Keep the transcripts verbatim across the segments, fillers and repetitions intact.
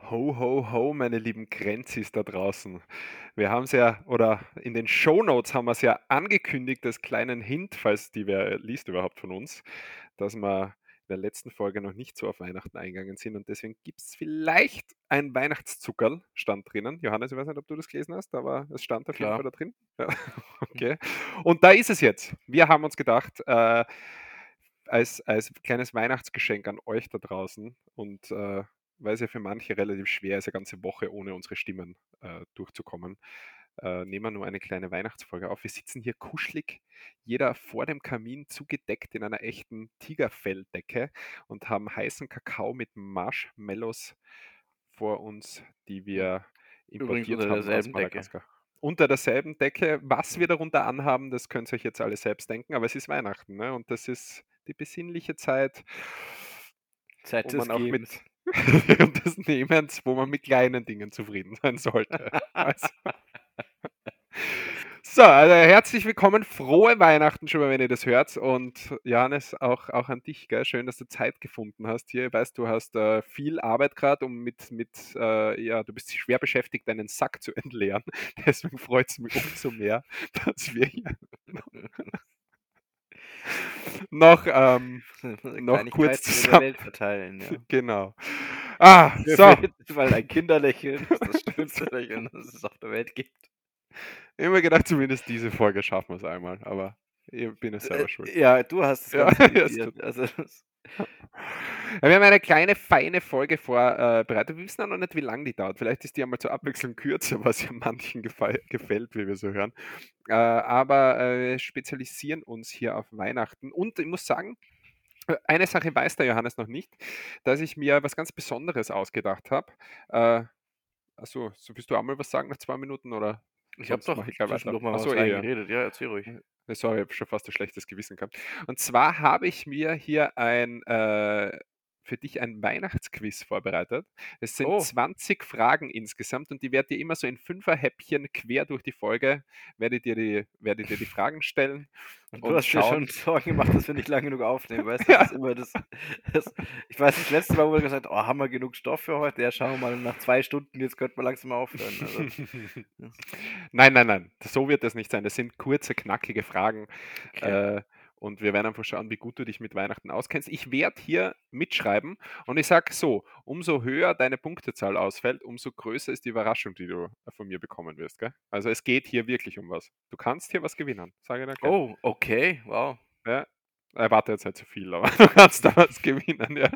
Ho, ho, ho, meine lieben Grenzis da draußen. Wir haben es ja, oder in den Shownotes haben wir es ja angekündigt, als kleinen Hint, falls die wer liest überhaupt von uns, dass wir in der letzten Folge noch nicht so auf Weihnachten eingegangen sind und deswegen gibt es vielleicht ein Weihnachtszuckerl, stand drinnen. Johannes, ich weiß nicht, ob du das gelesen hast, aber es stand auf jeden Klar. Fall da drin. Ja, okay. Und da ist es jetzt. Wir haben uns gedacht, äh, als, als kleines Weihnachtsgeschenk an euch da draußen und äh, weil es ja für manche relativ schwer ist, eine ganze Woche ohne unsere Stimmen äh, durchzukommen, äh, nehmen wir nur eine kleine Weihnachtsfolge auf. Wir sitzen hier kuschelig, jeder vor dem Kamin zugedeckt in einer echten Tigerfelldecke und haben heißen Kakao mit Marshmallows vor uns, die wir Übrigens importiert unter haben aus derselben Decke. Madagaskar. Unter derselben Decke. Was wir darunter anhaben, das könnt ihr euch jetzt alle selbst denken, aber es ist Weihnachten, ne? Und das ist die besinnliche Zeit, Zeit wo des man auch mit Gebens. während des Nehmens, wo man mit kleinen Dingen zufrieden sein sollte. Also, so, also herzlich willkommen, frohe Weihnachten schon mal, wenn ihr das hört. Und Johannes, auch, auch an dich, gell? Schön, dass du Zeit gefunden hast hier. Ich weiß, du hast äh, viel Arbeit gerade, um mit, mit äh, ja, du bist schwer beschäftigt, deinen Sack zu entleeren. Deswegen freut es mich umso mehr, dass wir hier noch, ähm, noch kurz Kleinigkeiten in der zusammen. Welt verteilen, ja. Genau. Ah, so. Weil ein Kinderlächeln ist das schönste Lächeln, das es auf der Welt gibt. Ich habe mir gedacht, zumindest diese Folge schaffen wir es einmal, aber ich bin es Äh, selber schuld. ja, du hast das Ja, Ganze ja, es initiiert. tut Also, das, Ja, wir haben eine kleine, feine Folge vorbereitet. Wir wissen auch noch nicht, wie lange die dauert. Vielleicht ist die einmal zur Abwechslung kürzer, was ja manchen gefall, gefällt, wie wir so hören. Äh, aber äh, wir spezialisieren uns hier auf Weihnachten. Und ich muss sagen, äh, eine Sache weiß der Johannes noch nicht, dass ich mir was ganz Besonderes ausgedacht habe. Äh, achso, so willst du auch mal was sagen nach zwei Minuten oder ich habe sonst doch mache ich gleich weiter? zwischendurch mal Achso, was eh, ja. reingeredet. Ja, erzähl ruhig. Äh, Sorry, ich habe schon fast ein schlechtes Gewissen gehabt. Und zwar habe ich mir hier ein, äh, für dich ein Weihnachtsquiz vorbereitet. Es sind Oh, zwanzig Fragen insgesamt und die werde dir immer so in Fünferhäppchen quer durch die Folge, werde dir die, werde dir die Fragen stellen und du und hast dir schon schauen. Sorgen gemacht, dass wir nicht lange genug aufnehmen. Weißt du, das Ja. ist immer das, das. Ich weiß nicht, letztes Mal wurde gesagt, oh, haben wir genug Stoff für heute? Ja, schauen wir mal nach zwei Stunden, jetzt könnten wir langsam mal aufhören. Also, ja, Nein, nein, nein, so wird das nicht sein. Das sind kurze, knackige Fragen. okay. Äh, und wir werden einfach schauen, wie gut du dich mit Weihnachten auskennst. Ich werde hier mitschreiben und ich sage so, umso höher deine Punktezahl ausfällt, umso größer ist die Überraschung, die du von mir bekommen wirst. Gell? Also es geht hier wirklich um was. Du kannst hier was gewinnen, sage ich dir gleich. Oh, okay, wow. Ja? Erwarte jetzt nicht zu viel, aber du kannst da was gewinnen. Ja?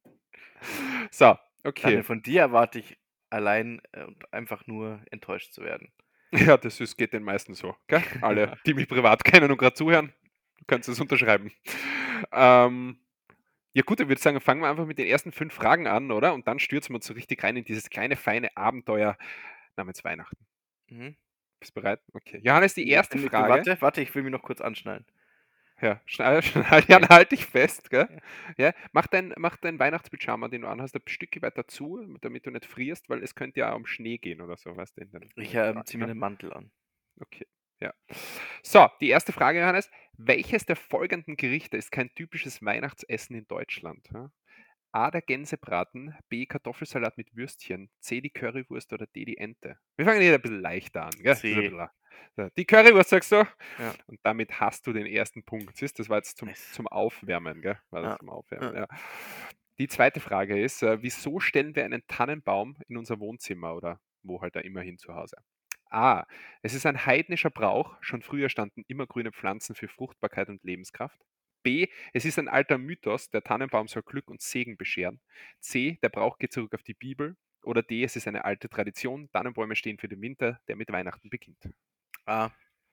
So, Daniel, okay. von dir erwarte ich allein äh, und einfach nur enttäuscht zu werden. Ja, das ist, geht den meisten so. Gell? Alle, die mich privat kennen und gerade zuhören, du kannst es unterschreiben. Ähm, ja gut, ich würde sagen, fangen wir einfach mit den ersten fünf Fragen an, oder? Und dann stürzen wir uns so richtig rein in dieses kleine, feine Abenteuer namens Weihnachten. Mhm. Bist du bereit? Okay. Johannes, die Bin, erste bin, Frage. warte, warte, ich will mich noch kurz anschnallen. Ja, schnell, schnell, Okay. Jan, halt dich fest, gell? Ja. Ja, mach dein, mach dein Weihnachtspyjama, den du anhast, ein Stück weiter zu, damit du nicht frierst, weil es könnte ja um Schnee gehen oder so, weißt du, in den, in Ich den ähm, Tagen, ziehe mir ja? einen Mantel an. Okay, ja. So, die erste Frage, Johannes. Welches der folgenden Gerichte ist kein typisches Weihnachtsessen in Deutschland? Ja? A, der Gänsebraten, B, Kartoffelsalat mit Würstchen, C, die Currywurst oder D, die Ente. Wir fangen hier ein bisschen leichter an, gell? Das ist ein C. bisschen, so, die Currywurst, sagst du? Ja. Und damit hast du den ersten Punkt. Siehst, das war jetzt zum, Nice. zum Aufwärmen, gell? War das Ja. zum Aufwärmen, Ja. ja. Die zweite Frage ist, äh, wieso stellen wir einen Tannenbaum in unser Wohnzimmer oder wo halt da immerhin zu Hause? A, es ist ein heidnischer Brauch. Schon früher standen immer grüne Pflanzen für Fruchtbarkeit und Lebenskraft. B, es ist ein alter Mythos, der Tannenbaum soll Glück und Segen bescheren. C, der Brauch geht zurück auf die Bibel. Oder D, es ist eine alte Tradition. Tannenbäume stehen für den Winter, der mit Weihnachten beginnt. A.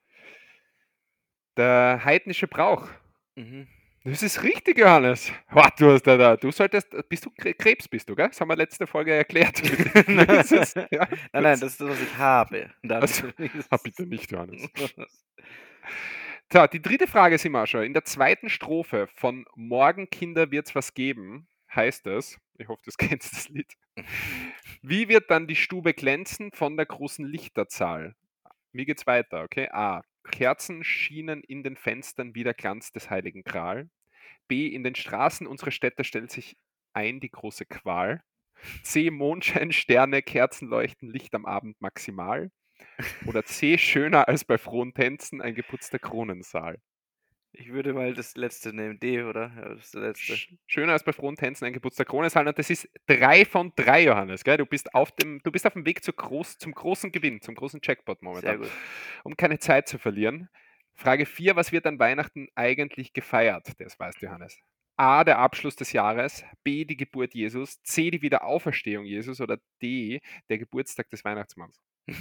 Der heidnische Brauch. Mhm. Das ist richtig, Johannes. Boah, du, hast da, da, du solltest, bist du Krebs, bist du, gell? Das haben wir letzte Folge erklärt. Quizzes. Ja, Nein, nein, das ist das, was ich habe. also, Daniel. ah, bitte nicht, Johannes. So, die dritte Frage sind wir schon. In der zweiten Strophe von Morgen, Kinder, wird's was geben, heißt es, ich hoffe, du kennst das Lied. Wie wird dann die Stube glänzen von der großen Lichterzahl? Wie geht's weiter? Okay. A. Kerzen schienen in den Fenstern wie der Glanz des heiligen Gral. B. In den Straßen unserer Städte stellt sich ein die große Qual. C. Mondschein, Sterne, Kerzen leuchten, Licht am Abend maximal. Oder C. Schöner als bei frohen Tänzen, ein geputzter Kronensaal. Ich würde mal das letzte nehmen. D, oder? Ja, das ist der letzte. Sch schöner als bei frohen Tänzen, ein geputzter Kronensaal. Und das ist drei von drei, Johannes. Gell? Du, bist auf dem, du bist auf dem Weg zu groß, zum großen Gewinn, zum großen Jackpot Sehr momentan. gut. Um keine Zeit zu verlieren. Frage vier. Was wird an Weihnachten eigentlich gefeiert? Das weiß Johannes. A. Der Abschluss des Jahres. B. Die Geburt Jesus. C. Die Wiederauferstehung Jesus. Oder D. Der Geburtstag des Weihnachtsmanns.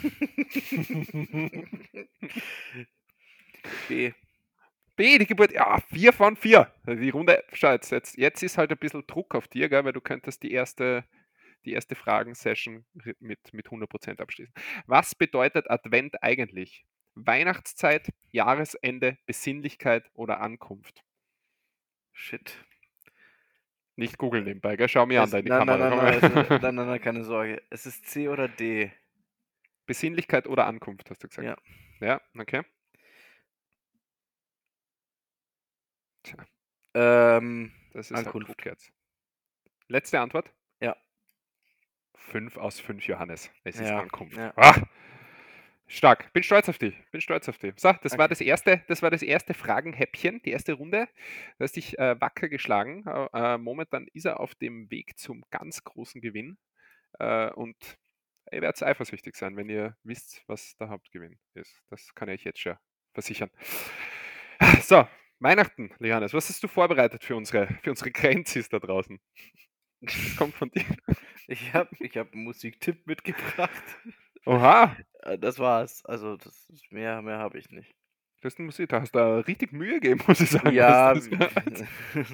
B. B, die Geburt, ja, vier von vier. Die Runde, schau jetzt, jetzt, jetzt ist halt ein bisschen Druck auf dir, gell, weil du könntest die erste, die erste Fragen-Session mit, mit hundert Prozent abschließen. Was bedeutet Advent eigentlich? Weihnachtszeit, Jahresende, Besinnlichkeit oder Ankunft? Shit. Nicht googeln nebenbei, gell? Schau mir an Es, da in die nein, nein, Kamera. nein, Komm nein, es, her. nein, nein, nein, keine Sorge. Es ist C oder D. Besinnlichkeit oder Ankunft, hast du gesagt? Ja. Ja, okay. Tja, Ähm, das ist halt Ankunft. Druck jetzt. Letzte Antwort? Ja. Fünf aus fünf, Johannes. Es ist Ja. Ankunft. Ja. Ah! Stark. Bin stolz auf dich. Bin stolz auf dich. So, das Danke. war das erste, das war das erste Fragenhäppchen, die erste Runde. Du hast dich äh, wacker geschlagen. Äh, momentan ist er auf dem Weg zum ganz großen Gewinn. Äh, und ihr werdet eifersüchtig sein, wenn ihr wisst, was der Hauptgewinn ist. Das kann ich euch jetzt schon versichern. So, Weihnachten, Johannes, was hast du vorbereitet für unsere, für unsere Grenzis da draußen? Das kommt von dir. Ich habe ich hab einen Musiktipp mitgebracht. Oha! Äh, Das war's. Also, das ist mehr, mehr habe ich nicht. Du hast, Musik, da hast du richtig Mühe gegeben, muss ich sagen. Ja, dass das-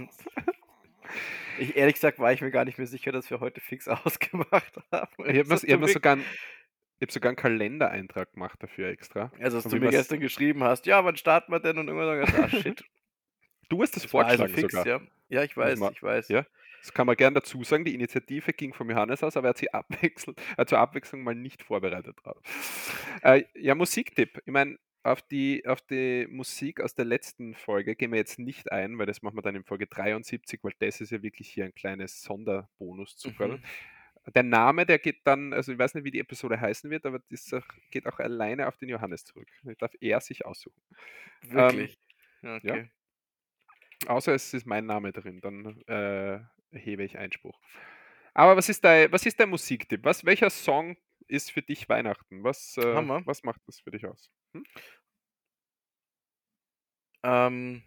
ich, ehrlich gesagt war ich mir gar nicht mehr sicher, dass wir heute fix ausgemacht haben. Ich habe mir, Jetzt hast ich hab du mir mir- sogar, einen- ich hab sogar einen Kalendereintrag gemacht dafür extra. Also, dass Und du wie mir man's- gestern geschrieben hast, ja, wann starten wir denn? Und irgendwann gesagt, ah, shit. Du hast das Das war also vorgeschlagen fix, sogar. ja. Ja, ich Muss weiß, man- ich weiß. Ja, das kann man gern dazu sagen. Die Initiative ging von Johannes aus, aber er hat sie abwechselnd, äh, zur Abwechslung mal nicht vorbereitet drauf. Äh, ja, Musiktipp. Ich meine, auf die, auf die Musik aus der letzten Folge gehen wir jetzt nicht ein, weil das machen wir dann in Folge dreiundsiebzig, weil das ist ja wirklich hier ein kleines Sonderbonus-Zuckerl. Mhm. Der Name, der geht dann, also ich weiß nicht, wie die Episode heißen wird, aber das auch, geht auch alleine auf den Johannes zurück. Das darf er sich aussuchen. Wirklich. ja. Okay. Außer es ist mein Name drin, dann äh, hebe ich Einspruch. Aber was ist dein, was ist dein Musiktipp? Was, welcher Song ist für dich Weihnachten? Was, äh, Hammer. was macht das für dich aus? Hm? Ähm,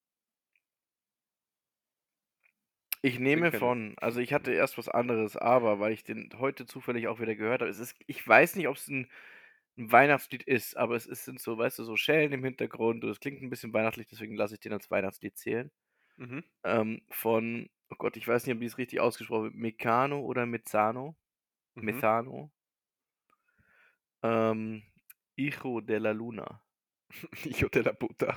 ich nehme kenn ich. von, also ich hatte erst was anderes, aber weil ich den heute zufällig auch wieder gehört habe, es ist, ich weiß nicht, ob es ein, ein Weihnachtslied ist, aber es ist, sind so, weißt du, so Schellen im Hintergrund und es klingt ein bisschen weihnachtlich, deswegen lasse ich den als Weihnachtslied zählen. Mhm. Ähm, von, oh Gott, ich weiß nicht, wie es richtig ausgesprochen wird, Mecano oder Mezzano? Mhm. Methano. Ähm, Hijo de la Luna. Hijo de la puta.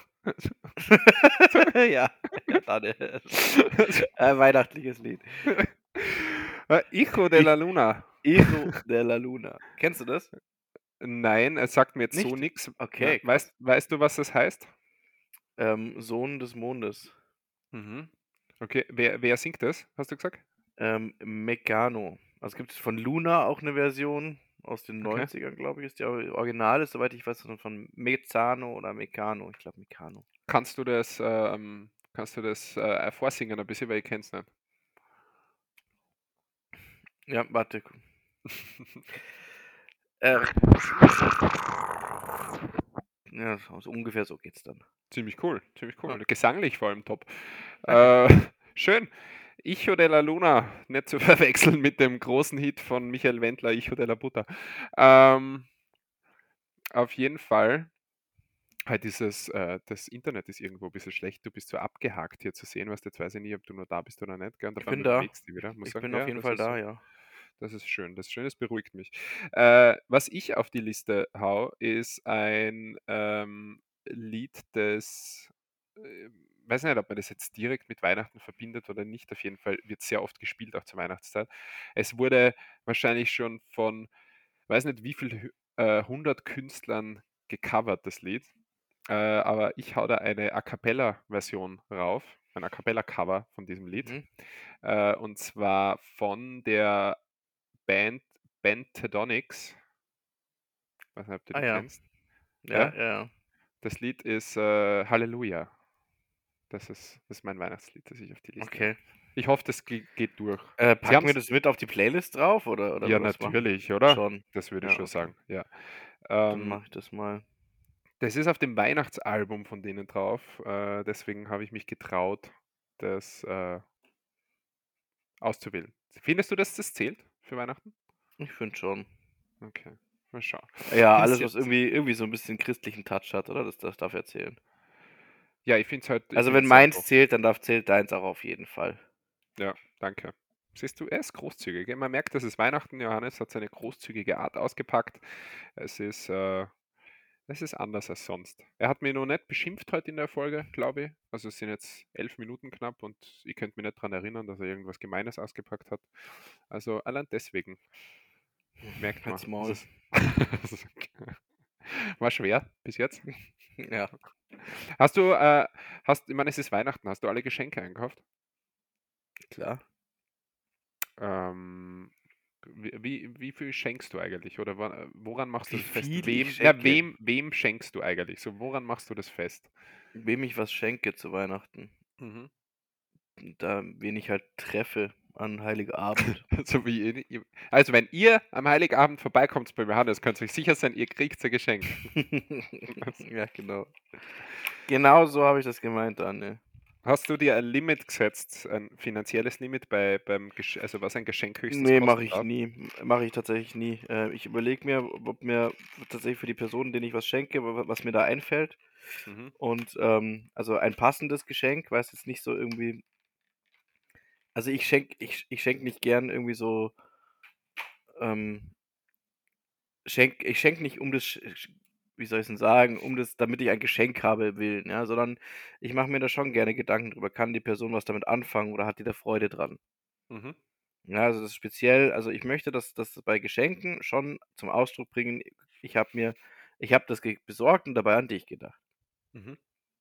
ja, ja dann, äh, äh, weihnachtliches Lied. Äh, Hijo de Ich- la Luna. Hijo de la Luna. Kennst du das? Nein, es sagt mir jetzt so Nicht? nichts. Okay, Weißt, weißt du, was das heißt? Ähm, Sohn des Mondes. Mhm. Okay, wer, wer singt das, hast du gesagt? Ähm, Mecano. Also gibt es von Luna auch eine Version aus den Okay. neunzigern, glaube ich, ist die Original, soweit ich weiß, von Mezzano oder Mecano. Ich glaube Mecano. Kannst du das, ähm, kannst du das äh, vorsingen ein bisschen, weil ich kenne es nicht. Ja, warte. äh, ja, so ungefähr so geht's dann. Ziemlich cool, ziemlich cool. Ja. Gesanglich vor allem top. Danke. Äh, schön. Hijo de la Luna, nicht zu verwechseln mit dem großen Hit von Michael Wendler, Hijo de la Puta. Ähm, auf jeden Fall, halt dieses, äh, das Internet ist irgendwo ein bisschen schlecht. Du bist so abgehakt hier zu sehen, was jetzt weiß ich nicht, ob du nur da bist oder nicht. Gell? Und Ich auf einmal bin da. bewegst du dich wieder. Muss Ich sagen, bin auf ja, jeden das Fall ist da, so. ja. Das ist schön. Das ist schön, das beruhigt mich. Äh, was ich auf die Liste hau, ist ein ähm, Lied, das, äh, weiß nicht, ob man das jetzt direkt mit Weihnachten verbindet oder nicht. Auf jeden Fall wird sehr oft gespielt, auch zur Weihnachtszeit. Es wurde wahrscheinlich schon von, weiß nicht wie viel hü- äh, hundert Künstlern gecovert, das Lied. Äh, aber ich hau da eine A Cappella-Version rauf, ein A Cappella-Cover von diesem Lied. Mhm. Äh, und zwar von der Band Pentatonix. Weiß nicht, ob du Ah die ja. kennst. Ja, Ja? ja, ja. Das Lied ist äh, Halleluja. Das ist, das ist mein Weihnachtslied, das ich auf die Liste habe. Okay. Ich hoffe, das ge geht durch. Äh, Sie packen wir haben's das mit auf die Playlist drauf oder oder Ja, was machen? natürlich, oder? Schon. Das würde ich Ja, schon okay. sagen, ja. Dann Ähm, mache ich das mal. das ist auf dem Weihnachtsalbum von denen drauf. Äh, deswegen habe ich mich getraut, das äh, auszuwählen. Findest du, dass das zählt für Weihnachten? Ich finde schon. Okay, mal schauen. Ja, Find's alles, was jetzt irgendwie irgendwie so ein bisschen christlichen Touch hat, oder? Das das darf ja zählen. Ja, ich finde es halt ich Also, finde wenn es sehr meins froh. zählt, dann darf zählt deins auch auf jeden Fall. Ja, danke. Siehst du, er ist großzügig. Man merkt, es ist Weihnachten. Johannes hat seine großzügige Art ausgepackt. Es ist, äh, es ist anders als sonst. Er hat mich noch nicht beschimpft heute in der Folge, glaube ich. Also es sind jetzt elf Minuten knapp und ich könnte mich nicht daran erinnern, dass er irgendwas Gemeines ausgepackt hat. Also allein deswegen merkt man, Halt's es Maul. ist war schwer bis jetzt. Ja. Hast du, äh, hast, ich meine, es ist Weihnachten, hast du alle Geschenke eingekauft? Klar. Ähm, wie, wie, wie viel schenkst du eigentlich? Oder wa- woran machst du Wie das fest? viel ich Wem, na, schenke? wem, wem schenkst du eigentlich? So, woran machst du das fest? Wem ich was schenke zu Weihnachten. Mhm. Da wen ich halt treffe an Heiligabend. So wie ihr, ihr- also wenn ihr am Heiligabend vorbeikommt bei Johannes, könnt ihr euch sicher sein, ihr kriegt ein Geschenk. Ja, genau. Genau so habe ich das gemeint, Anne. Hast du dir ein Limit gesetzt, ein finanzielles Limit bei, beim Gesch also was ein Geschenk höchstens Ne, mache kosten ich darf? nie. Mache ich tatsächlich nie. Äh, ich überlege mir, ob ob mir tatsächlich für die Person, denen ich was schenke, wa was mir da einfällt. Mhm. Und, ähm, also ein passendes Geschenk, weiß jetzt nicht so irgendwie also ich schenke ich ich schenke nicht gern irgendwie so, ähm schenk ich schenke nicht um des sch sch wie soll ich's denn sagen, um das damit ich ein Geschenk habe willen, ja, sondern ich mache mir da schon gerne Gedanken drüber. Kann die Person was damit anfangen oder hat die da Freude dran? Mhm. Ja, also das ist speziell also ich möchte das das bei Geschenken schon zum Ausdruck bringen, ich habe mir ich habe das ge besorgt und dabei an dich gedacht. Mhm.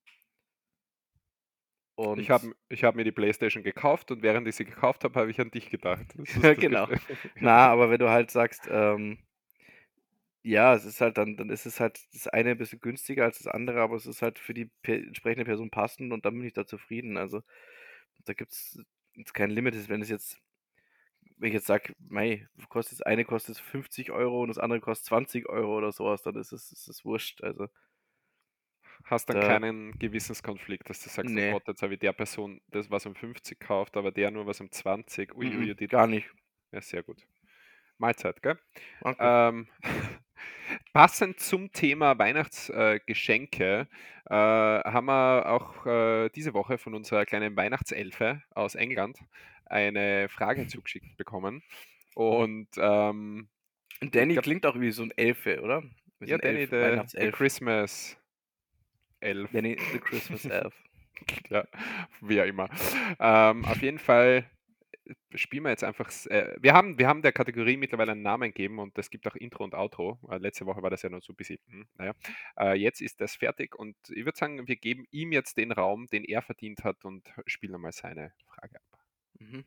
Ich Und habe ich habe mir die PlayStation gekauft und während ich sie gekauft habe, habe ich an dich gedacht. Das ist das genau. Geschenk. Na, aber wenn du halt sagst, ähm ja, es ist halt dann dann ist es halt das eine 'n bisschen günstiger als das andere, aber es ist halt für die pe entsprechende Person passend und dann bin ich da zufrieden. Also, da gibt's jetzt kein Limit. Wenn es jetzt wenn ich jetzt sage: „Mei, kostet das eine kostet fünfzig Euro und das andere kostet zwanzig Euro oder so was, dann ist es ist es wurscht. Also, Hast dann da keinen Gewissenskonflikt, dass du sagst: „Oh ne, Gott, jetzt habe ich der Person das was um fünfzig gekauft, aber der nur was um zwanzig. Ui, mm, ui, die gar nicht. ja, sehr gut. Mahlzeit, gell? Danke. Ähm, passend zum Thema Weihnachtsgeschenke äh, Geschenke, äh, haben wir auch äh, diese Woche von unserer kleinen Weihnachtselfe aus England eine Frage zugeschickt bekommen. Und ähm, ich Danny glaube, klingt auch wie so 'n Elfe, oder? Wie so ja, 'n Danny, Elf the, the Weihnachtself. Christmas Elf. Danny the Christmas Elf. Ja, wie auch immer. Ähm, auf jeden Fall spielen wir jetzt einfach. s- Äh, wir, haben, wir haben der Kategorie mittlerweile einen Namen gegeben und es gibt auch Intro und Outro. Äh, letzte Woche war das ja noch so ein bisschen. Hm, naja. Äh, jetzt ist das fertig und ich würde sagen, wir geben ihm jetzt den Raum, den er verdient hat und spielen mal seine Frage ab. Mhm.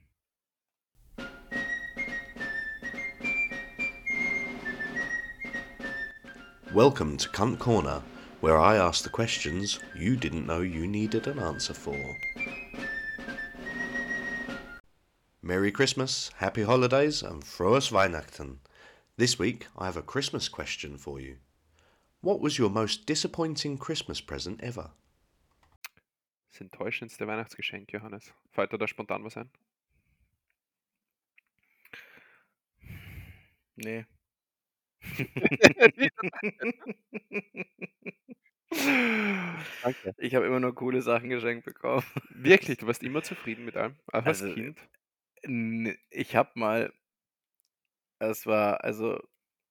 Welcome to Cunt Corner, where I ask the questions you didn't know you needed an answer for. Merry Christmas, Happy Holidays, and frohes Weihnachten. This week I have a Christmas question for you. What was your most disappointing Christmas present ever? Das enttäuschendste Weihnachtsgeschenk, Johannes. Fällt dir da spontan was ein? Ne. Danke. Ich habe immer nur coole Sachen geschenkt bekommen. Wirklich, du warst immer zufrieden mit allem, auch als Also, Kind. n ich habe mal es war also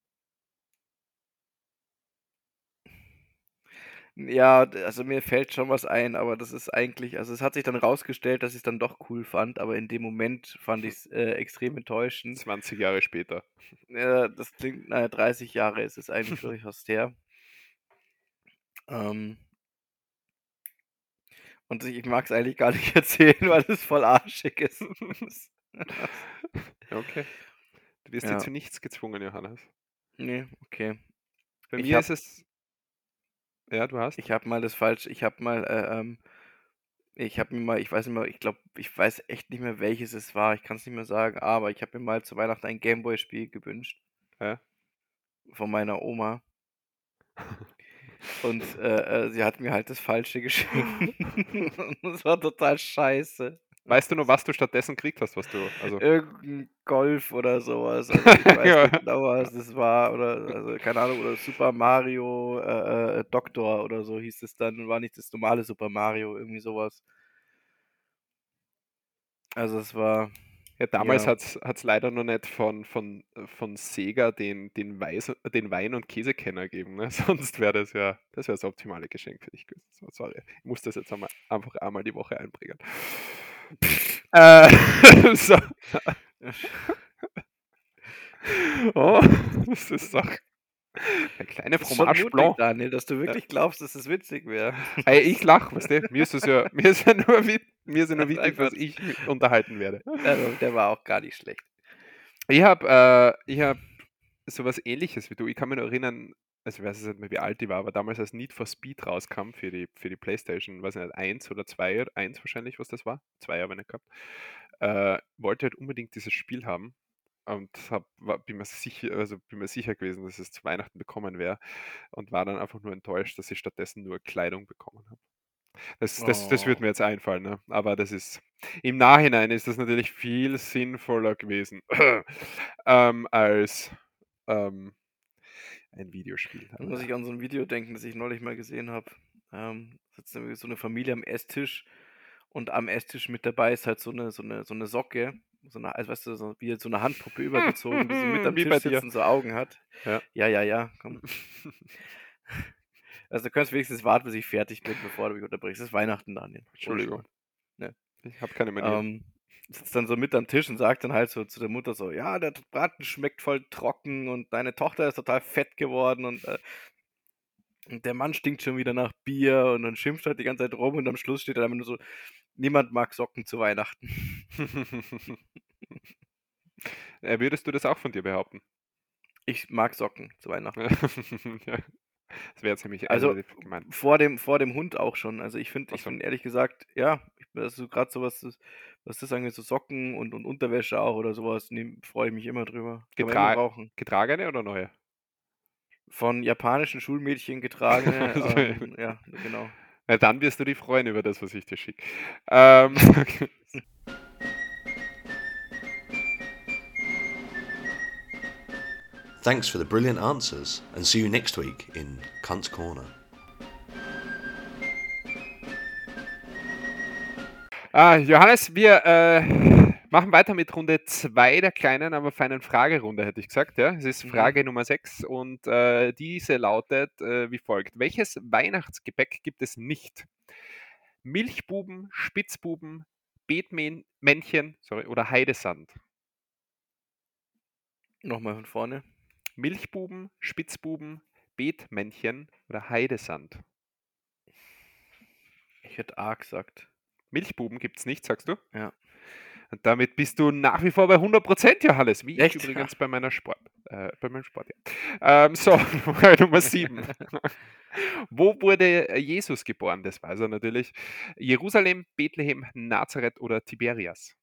ja, d also, mir fällt schon was ein, aber das ist eigentlich also, es hat sich dann rausgestellt, dass ich's dann doch cool fand, aber in dem Moment fand ich's, äh, extrem enttäuschend. zwanzig Jahre später. Äh, das klingt na ja, dreißig Jahre ist es eigentlich durchaus her. Ähm, und ich mag's eigentlich gar nicht erzählen, weil es voll arschig ist. Okay. Du wirst ja Ja. zu nichts gezwungen, Johannes. Nee, okay. Bei Ich mir hab, ist es. Ja, du hast. ich habe mal das falsch, ich habe mal, äh, ähm, ich habe mir mal, ich weiß nicht mehr, ich glaube, ich weiß echt nicht mehr, welches es war. Ich kann es nicht mehr sagen, aber ich habe mir mal zu Weihnachten ein Gameboy-Spiel gewünscht Ja. von meiner Oma. Und äh, äh, sie hat mir halt das Falsche geschenkt. Und das war total scheiße. Weißt du noch, was du stattdessen gekriegt hast, was du. Also. Irgendein Golf oder sowas. Also ich weiß Ja. nicht genau, was das war. Oder, also keine Ahnung, oder Super Mario äh, äh, Doktor oder so hieß es dann. War nicht das normale Super Mario, irgendwie sowas. Also es war, Ja, damals ja. hat es leider noch nicht von, von, von Sega den, den, Weiß, den Wein- und Käsekenner gegeben. Ne? Sonst wäre das ja das, wär das optimale Geschenk für dich gewesen. So, sorry, ich muss das jetzt einmal, einfach einmal die Woche einbringen. äh, so. Oh, das ist doch eine kleine Das ist schon Fromage mutig, Blanc. Daniel, dass du Ja. wirklich glaubst, dass es witzig wäre. Ey, ich lache, weißt du? Mir ist es ja, mir ist ja nur, wit- mir ist ja nur Nein, wichtig, dass Gott. ich mich unterhalten werde. Der, der war auch gar nicht schlecht. Ich habe äh, ich hab sowas Ähnliches wie du. Ich kann mich noch erinnern, also ich weiß jetzt nicht mehr, wie alt ich war, aber damals, als Need for Speed rauskam für die, für die Playstation, weiß ich nicht, eins oder zwei, eins wahrscheinlich, was das war, zwei habe ich nicht gehabt, äh, wollte halt unbedingt dieses Spiel haben und hab, war, bin, mir sicher, also bin mir sicher gewesen, dass es zu Weihnachten bekommen wäre und war dann einfach nur enttäuscht, dass ich stattdessen nur Kleidung bekommen habe. Das, das, das wird Oh. mir jetzt einfallen, ne? Aber das ist, im Nachhinein ist das natürlich viel sinnvoller gewesen ähm, als ähm, ein Videospiel. Da muss ich an so ein Video denken, das ich neulich mal gesehen habe. Ähm, sitzt irgendwie so eine Familie am Esstisch und am Esstisch mit dabei ist halt so eine, so eine, so eine Socke, so eine, also weißt du, so, wie so eine Handpuppe übergezogen, die so mit am Wie bei Tisch dir. sitzt und so Augen hat. Ja. Ja, ja, ja, komm. Also du kannst wenigstens warten, bis ich fertig bin, bevor du mich unterbrichst. Es ist Weihnachten, Daniel. Entschuldigung. Ne? Ich habe keine Manieren. Ähm, sitzt dann so mit am Tisch und sagt dann halt so zu der Mutter so, ja, der Braten schmeckt voll trocken und deine Tochter ist total fett geworden und, äh, und der Mann stinkt schon wieder nach Bier und dann schimpft halt die ganze Zeit rum und am Schluss steht dann einfach nur so, niemand mag Socken zu Weihnachten. äh, würdest du das auch von dir behaupten? Ich mag Socken zu Weihnachten. Ja. Das wäre jetzt nämlich Also relativ gemein. vor dem, vor dem Hund auch schon. Also ich finde, Ach ich so. finde ehrlich gesagt, ja, ich bin also gerade so was, das- was das angeht, so Socken und, und Unterwäsche auch oder sowas, nehm- freue ich mich immer drüber. Kann man immer Getra brauchen. getragene oder neue? Von japanischen Schulmädchen getragene, Also, ähm, ja, genau. ja, dann wirst du dich freuen über das, was ich dir schicke. Ähm, Thanks for the brilliant answers, and see you next week in Cunt's Corner. ah, Johannes, wir äh, machen weiter mit Runde zwei der kleinen, aber feinen Fragerunde, hätte ich gesagt. Ja? Es ist Mhm. Frage Nummer sechs und äh, diese lautet äh, wie folgt. Welches Weihnachtsgebäck gibt es nicht? Milchbuben, Spitzbuben, Beetmännchen sorry, oder Heidesand? Nochmal von vorne. Milchbuben, Spitzbuben, Beetmännchen oder Heidesand? Ich hätte A gesagt. Milchbuben gibt es nicht, sagst du? Ja. Und damit bist du nach wie vor bei hundert Prozent, Johannes, wie Echt? ich übrigens bei meiner Sport, äh, bei meinem Sport, ja. Ähm, so, Frage Nummer sieben. Wo wurde Jesus geboren? Das weiß er natürlich. Jerusalem, Bethlehem, Nazareth oder Tiberias?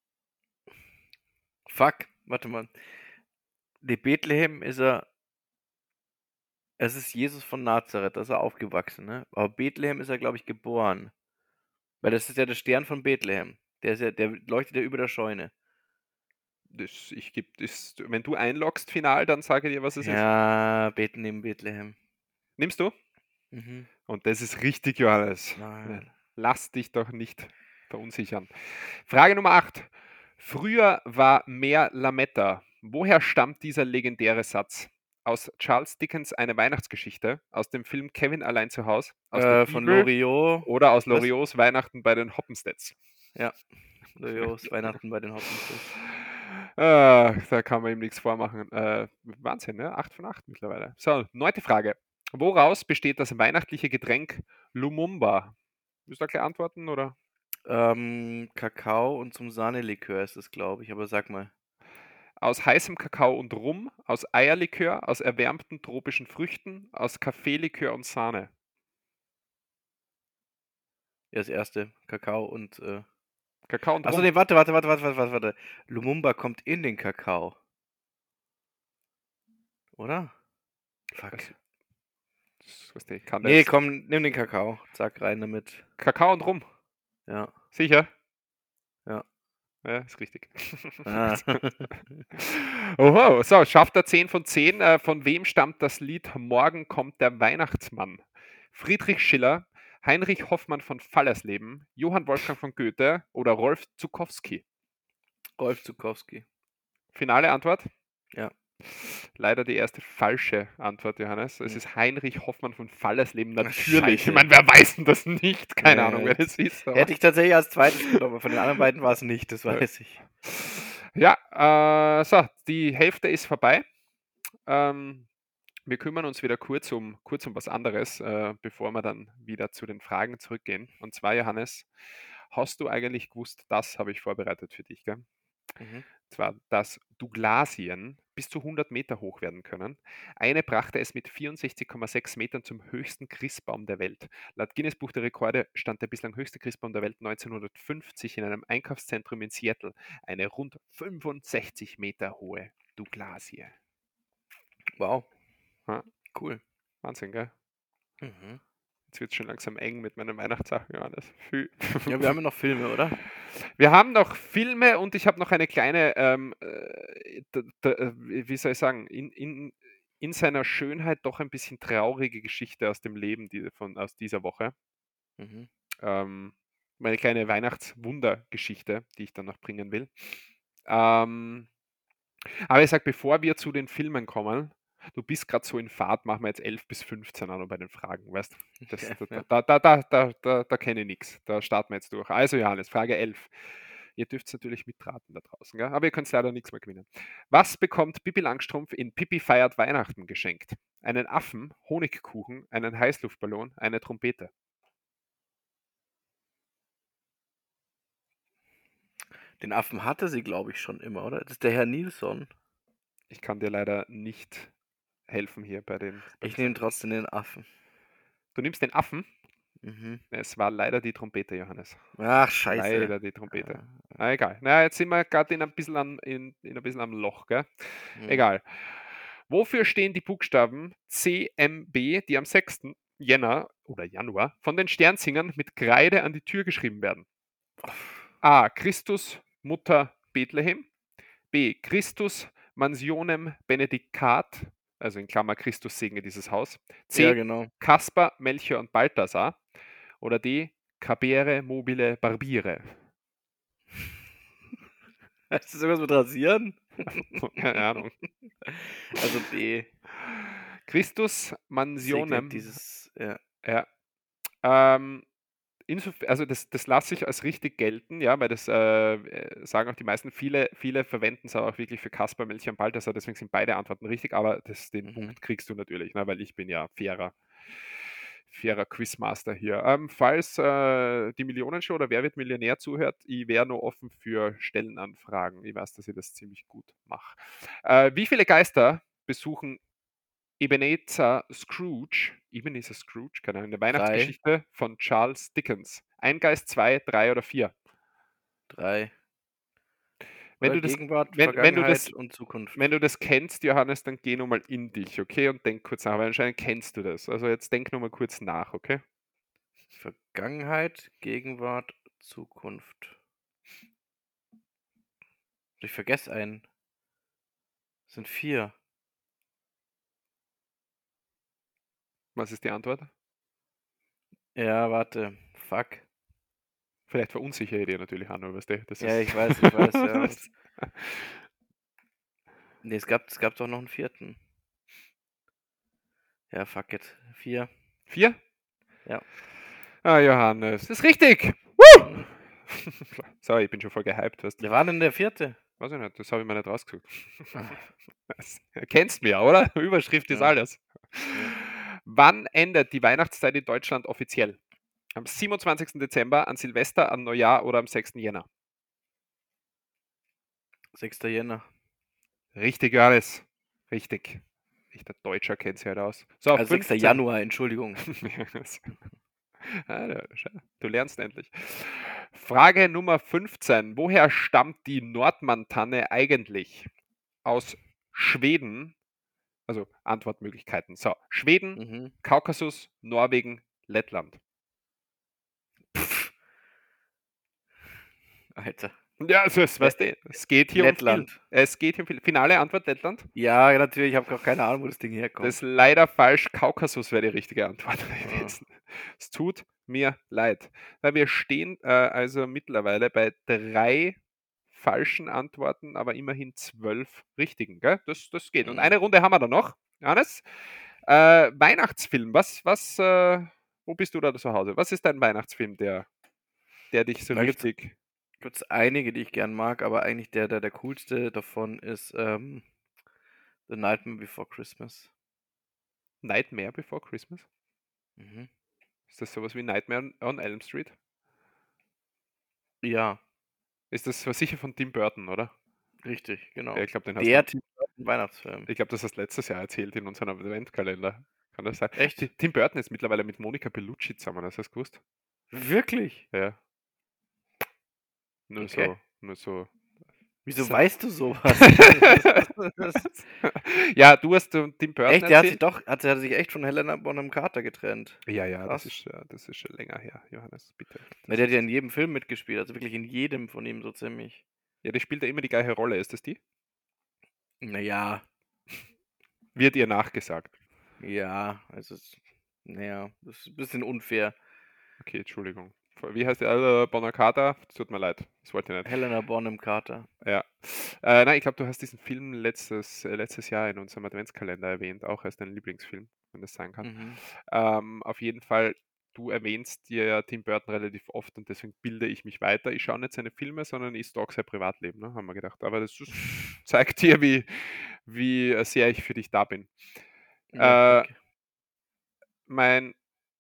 Fuck, warte mal. Die Bethlehem ist er. Es ist Jesus von Nazareth, da ist er aufgewachsen, ne? Aber Bethlehem ist er, glaube ich, geboren. Weil das ist ja der Stern von Bethlehem. Der ist ja, der leuchtet ja über der Scheune. Das, ich geb, das, wenn du einloggst final, dann sage ich dir, was es ist. Ja, Bethlehem, Bethlehem. Nimmst du? Mhm. Und das ist richtig, Johannes. Nein. Lass dich doch nicht verunsichern. Frage Nummer acht. Früher war mehr Lametta. Woher stammt dieser legendäre Satz? Aus Charles Dickens Eine Weihnachtsgeschichte, aus dem Film Kevin allein zu Hause, aus der Äh, von Bibel Loriot. oder aus Was? Loriots Weihnachten bei den Hoppenstedts? Ja, Loriots Weihnachten bei den Hoppenstedts. Ah, da kann man ihm nichts vormachen. Äh, Wahnsinn, ne? acht von acht mittlerweile. So, neunte Frage. Woraus besteht das weihnachtliche Getränk Lumumba? Willst du da gleich antworten, oder? Ähm, Kakao und zum Sahnelikör ist es, glaube ich, aber sag mal. aus heißem Kakao und Rum, aus Eierlikör, aus erwärmten tropischen Früchten, aus Kaffeelikör und Sahne. Ja, das erste. Kakao und. Äh... Kakao und Achso, Rum. nee, warte, warte, warte, warte, warte, warte. Lumumba kommt in den Kakao. Oder? Fuck. Das, das, was ich kann Nee, das. komm, nimm den Kakao. Zack, rein damit. Kakao und Rum. Ja. Sicher? Ja. Ja, ist richtig. Ah. Oho, so, schafft er zehn von zehn. Äh, von wem stammt das Lied Morgen kommt der Weihnachtsmann? Friedrich Schiller, Heinrich Hoffmann von Fallersleben, Johann Wolfgang von Goethe oder Rolf Zukowski? Rolf Zukowski. Finale Antwort? Ja. Leider die erste falsche Antwort, Johannes. Es Hm. ist Heinrich Hoffmann von Fallersleben. Ach, Natürlich. Scheiße. Ich meine, wer weiß denn das nicht? Keine Nee, Ahnung, wer das ist. aber- Hätte ich tatsächlich als zweites genommen, von den anderen beiden war es nicht, das Ja. weiß ich. Ja, äh, so, die Hälfte ist vorbei. Ähm, wir kümmern uns wieder kurz um, kurz um was anderes, äh, bevor wir dann wieder zu den Fragen zurückgehen. Und zwar, Johannes, hast du eigentlich gewusst, das habe ich vorbereitet für dich, gell? Mhm. Zwar, dass Douglasien bis zu hundert Meter hoch werden können. Eine brachte es mit vierundsechzig Komma sechs Metern zum höchsten Christbaum der Welt. Laut Guinness Buch der Rekorde stand der bislang höchste Christbaum der Welt neunzehnhundertfünfzig in einem Einkaufszentrum in Seattle. Eine rund fünfundsechzig Meter hohe Douglasie. Wow. Ja. Cool. Wahnsinn, gell? Mhm. Jetzt wird es schon langsam eng mit meinen Weihnachtssachen, Johannes. Viel. Ja, wir haben ja noch Filme, oder? Wir haben noch Filme und ich habe noch eine kleine, ähm, äh, d- d- äh, wie soll ich sagen, in, in, in seiner Schönheit doch ein bisschen traurige Geschichte aus dem Leben die, von, aus dieser Woche. Mhm. Ähm, meine kleine Weihnachtswundergeschichte, die ich dann noch bringen will. Ähm, aber ich sage, bevor wir zu den Filmen kommen, du bist gerade so in Fahrt, machen wir jetzt elf bis fünfzehn an bei den Fragen, weißt du? Das, Ja, da, ja. da, da, da, da, da, da kenne ich nichts. Da starten wir jetzt durch. Also Johannes, Frage elf. Ihr dürft natürlich mitraten da draußen, gell? Aber ihr könnt leider nichts mehr gewinnen. Was bekommt Pippi Langstrumpf in Pippi feiert Weihnachten geschenkt? Einen Affen, Honigkuchen, einen Heißluftballon, eine Trompete. Den Affen hatte sie, glaube ich, schon immer, oder? Das ist der Herr Nilsson. Ich kann dir leider nicht helfen hier bei den. Bei Ich den nehme Sachen. trotzdem den Affen. Du nimmst den Affen? Mhm. Es war leider die Trompete, Johannes. Ach, scheiße. Leider die Trompete. Ah. Na, egal. Na, jetzt sind wir gerade in ein bisschen am, in, in ein bisschen am Loch, gell? Hm. Egal. Wofür stehen die Buchstaben C M B, die am sechsten Jänner oder Januar von den Sternsingern mit Kreide an die Tür geschrieben werden? A. Christus, Mutter Bethlehem. B. Christus, Mansionem Benedicat, also in Klammer Christus segne dieses Haus. C. Ja, genau. Kaspar, Melchior und Balthasar. Oder D. Cabere mobile Barbiere. Ist das irgendwas mit Rasieren? Keine Ahnung. Also B. Christus Segnet Mansionem. dieses. Ja. Ja. Ähm, insof- also das, das lasse ich als richtig gelten, ja, weil das äh, äh, sagen auch die meisten. Viele, viele verwenden es aber auch wirklich für Kaspar, Melchior und Balthasar, deswegen sind beide Antworten richtig, aber das, den Mhm. Punkt kriegst du natürlich, ne, weil ich bin ja fairer, fairer Quizmaster hier. Ähm, falls äh, die Millionenshow oder Wer wird Millionär zuhört, ich wäre nur offen für Stellenanfragen. Ich weiß, dass ich das ziemlich gut mache. Äh, wie viele Geister besuchen Ebenezer Scrooge, Ebenezer Scrooge, keine Ahnung, eine Drei. Weihnachtsgeschichte von Charles Dickens? Ein Geist, zwei, drei oder vier? Drei. Wenn Oder du das, Gegenwart, wenn, wenn, du Vergangenheit das, und Zukunft. wenn du das kennst, Johannes, dann geh nochmal in dich, okay? Und denk kurz nach, weil anscheinend kennst du das. Also jetzt denk nochmal kurz nach, okay? Vergangenheit, Gegenwart, Zukunft. Ich vergesse einen. Das sind vier. Was ist die Antwort? Ja, warte. Fuck. Vielleicht verunsichere ich dir natürlich, Hanno, weißt du? Das Ja, ist ich weiß, ich weiß, ja. Und nee, es gab, es gab doch noch einen vierten. Ja, fuck it. Vier. Vier? Ja. Ah, Johannes, das ist richtig! Woo! Mhm. Sorry, ich bin schon voll gehypt, weißt du? Wer war denn der vierte? Weiß ich nicht, das habe ich mir nicht rausgesucht. Kennst mich ja, oder? Überschrift ist Ja. alles. Wann endet die Weihnachtszeit in Deutschland offiziell? Am siebenundzwanzigsten Dezember, an Silvester, an Neujahr oder am sechsten Jänner? sechster Jänner. Richtig, Johannes. Richtig. Echter Deutscher kennt sich halt aus. So, Also sechster fünfzehn. Januar, Entschuldigung. Ah, ja, schau, du lernst endlich. Frage Nummer fünfzehn. Woher stammt die Nordmann-Tanne eigentlich? Aus Schweden. Also Antwortmöglichkeiten. So, Schweden, Mhm. Kaukasus, Norwegen, Lettland. Pff, Alter. Ja, also es, weißt du, es geht hier um viel. Lettland. Es geht hier um viel. Finale Antwort Lettland? Ja, natürlich, ich habe auch keine Ahnung, wo das Ding Das herkommt. ist leider falsch. Kaukasus wäre die richtige Antwort Ah. gewesen. Es tut mir leid. Weil wir stehen äh, also mittlerweile bei drei falschen Antworten, aber immerhin zwölf richtigen. Gell? Das, das geht. Und Mhm. eine Runde haben wir da noch. Johannes, äh, Weihnachtsfilm. Was, was, äh, wo bist du da zu Hause? Was ist dein Weihnachtsfilm, der, der dich so Da gibt's- richtig... Gibt es einige, die ich gern mag, aber eigentlich der, der, der coolste davon ist ähm, The Nightmare Before Christmas. Nightmare Before Christmas? Mhm. Ist das sowas wie Nightmare on Elm Street? Ja, Ist das war sicher von Tim Burton, oder? richtig, genau. Ja, ich glaube, den hast Der du, Tim Burton Weihnachtsfilm. ich glaube, das hast du letztes Jahr erzählt in unserem Adventkalender. Kann das sein? Echt? Ti- Tim Burton ist mittlerweile mit Monica Bellucci zusammen, hast du das gewusst? Wirklich? Ja. Nur Okay. so, nur so. Wieso So. weißt du sowas? Ja, du hast ähm, Tim Burton Echt, der hat sich erzählt. doch, hat, er sich echt von Helena Bonham Carter getrennt. Ja, ja, das Krass. ist, äh, das ist schon länger her, Johannes, bitte. Na, Das der hat ja ist- in jedem Film mitgespielt, also wirklich in jedem von ihm so ziemlich. ja, die spielt ja immer die gleiche Rolle, ist das die? Naja, Wird ihr nachgesagt. ja, also, es- naja, das ist ein bisschen unfair. Okay, Entschuldigung. Wie heißt die? Also, Bonacata? Tut mir leid, das wollte ich nicht. Helena Bonham Carter. Ja. Äh, nein, ich glaube, du hast diesen Film letztes, äh, letztes Jahr in unserem Adventskalender erwähnt, auch als dein Lieblingsfilm, wenn das sein kann. Mhm. Ähm, auf jeden Fall, du erwähnst dir ja Tim Burton relativ oft und deswegen bilde ich mich weiter. Ich schaue nicht seine Filme, sondern ich stalk sein Privatleben, ne, haben wir gedacht. Aber das ist, zeigt dir, wie, wie sehr ich für dich da bin. Ja, Äh, danke. mein